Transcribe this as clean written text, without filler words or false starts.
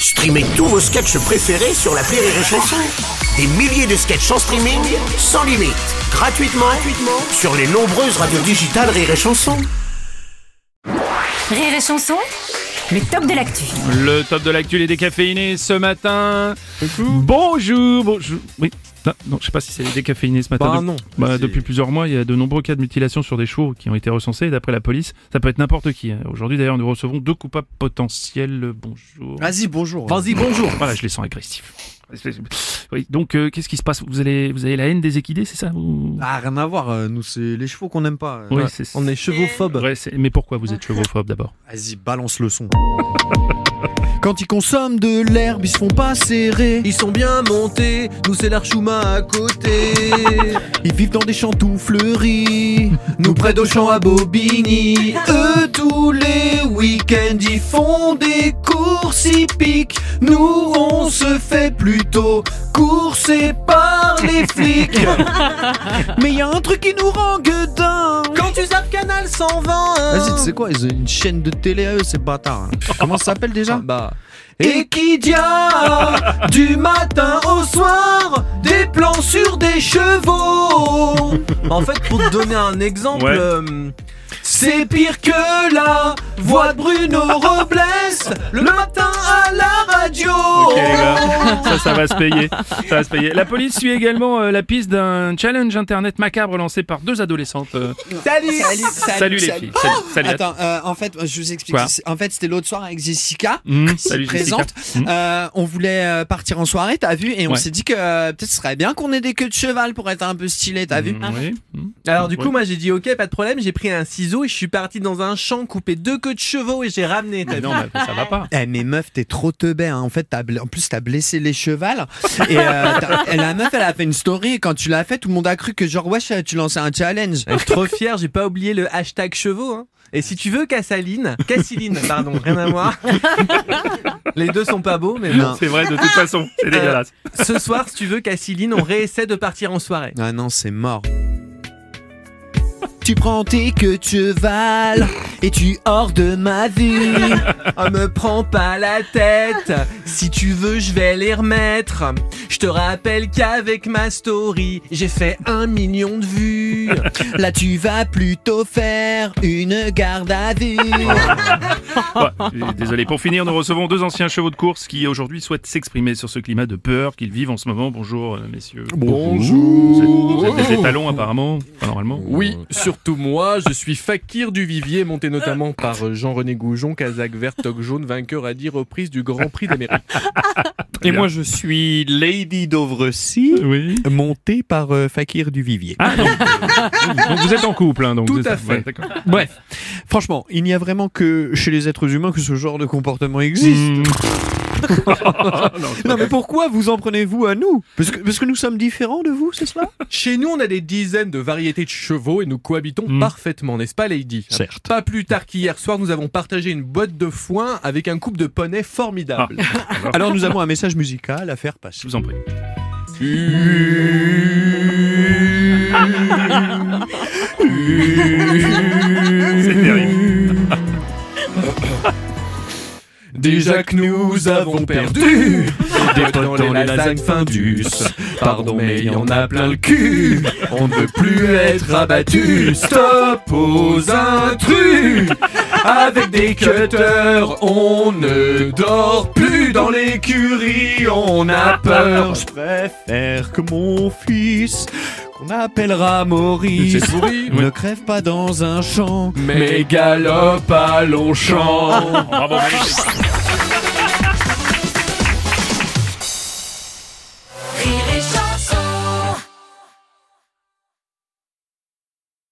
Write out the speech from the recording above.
Streamez tous vos sketchs préférés sur l'appli Rire et Chanson. Des milliers de sketchs en streaming, sans limite, gratuitement sur les nombreuses radios digitales Rire et Chanson. Rire et Chanson, le top de l'actu. Le top de l'actu, les décaféinés ce matin. Bonjour. Oui. Non, je sais pas si c'est les décaféinés ce matin. Depuis plusieurs mois, il y a de nombreux cas de mutilation sur des chevaux qui ont été recensés. D'après la police, ça peut être n'importe qui. Aujourd'hui, d'ailleurs, nous recevons 2 coupables potentiels. Bonjour. Bonjour. Voilà, je les sens agressifs. Oui, donc qu'est-ce qui se passe ? Vous avez la haine des équidés, c'est ça ou... Ah, rien à voir. Nous, c'est les chevaux qu'on n'aime pas. Oui, on est chevauphobe. Ouais, mais pourquoi vous êtes chevauphobes d'abord ? Vas-y, balance le son. Quand ils consomment de l'herbe, ils se font pas serrer. Ils sont bien montés, nous c'est l'Archouma à côté. Ils vivent dans des champs tout fleuris, nous près d'Auchan à Bobigny. Eux, tous les week-ends, ils font des courses hippiques. Nous, on se fait plutôt courser par les flics. Mais y a un truc qui nous rend gueudin. Quand tu zappes Canal 120. Vas-y, tu sais quoi, ils ont une chaîne de télé à eux, ces bâtards. Comment ça s'appelle déjà ? Equidia, du matin au soir, des plans sur des chevaux. En fait, pour te donner un exemple, C'est pire que la voix de Bruno Robles le matin à la radio. Ok les gars, ça va se payer. La police suit également la piste d'un challenge internet macabre lancé par 2 adolescentes. Salut les filles. Salut. Attends, en fait, je vous explique. Quoi ? En fait, c'était l'autre soir avec Jessica, Salut présente. On voulait partir en soirée, t'as vu ? Et on s'est dit que peut-être ce serait bien qu'on ait des queues de cheval pour être un peu stylé, t'as vu ? Oui. Alors du coup, moi j'ai dit ok, pas de problème, j'ai pris un ciseau et je suis parti dans un champ couper 2 queues de chevaux et j'ai ramené. Non, mais ça va pas. Mais meuf, t'es trop teubé, hein. En fait, en plus t'as blessé les chevals. Et la meuf, elle a fait une story et quand tu l'as fait, tout le monde a cru que genre wesh, tu lançais un challenge. Je suis trop fier, j'ai pas oublié le hashtag chevaux. Hein. Et si tu veux, Cassiline, rien à voir. Les deux sont pas beaux, mais bon. C'est vrai, de toute façon, c'est dégueulasse. Ce soir, si tu veux, Cassiline, on réessaie de partir en soirée. Ah non, c'est mort. Tu prends tes queues de cheval et tu hors de ma vue. Oh, me prends pas la tête. Si tu veux, je vais les remettre. Je te rappelle qu'avec ma story, j'ai fait 1 million de vues. Là, tu vas plutôt faire une garde à vue. Désolé. Pour finir, nous recevons 2 anciens chevaux de course qui aujourd'hui souhaitent s'exprimer sur ce climat de peur qu'ils vivent en ce moment. Bonjour, messieurs. Bonjour. Vous êtes des étalons apparemment, pas normalement. Oui, surtout moi, je suis Fakir du Vivier, monté notamment par Jean-René Goujon, Kazakh vert, toque jaune, vainqueur à 10 reprises du Grand Prix d'Amérique. Et moi je suis Lady Dovrecy, montée par Fakir du Vivier. Donc vous êtes en couple, hein, donc Tout à fait. Ouais, d'accord. Bref, franchement, il n'y a vraiment que chez les êtres humains que ce genre de comportement existe. Non mais pourquoi vous en prenez-vous à nous ? Parce que nous sommes différents de vous, c'est cela ? Chez nous, on a des dizaines de variétés de chevaux et nous cohabitons parfaitement, n'est-ce pas, Lady ? Certes. Pas plus tard qu'hier soir, nous avons partagé une boîte de foin avec un couple de poneys formidable. Alors nous avons un message musical à faire passer. Je vous en prie. C'est terrible. Déjà que nous avons perdu des potes dans les lasagnes Findus. Pardon, mais y en a plein le cul. On ne veut plus être abattu. Stop aux intrus. Avec des cutters, on ne dort plus dans l'écurie. On a peur. Je préfère que mon fils, qu'on appellera Maurice, C'est pourri. ne crève pas dans un champ. Mais galope à Longchamp. Bravo, magnifique.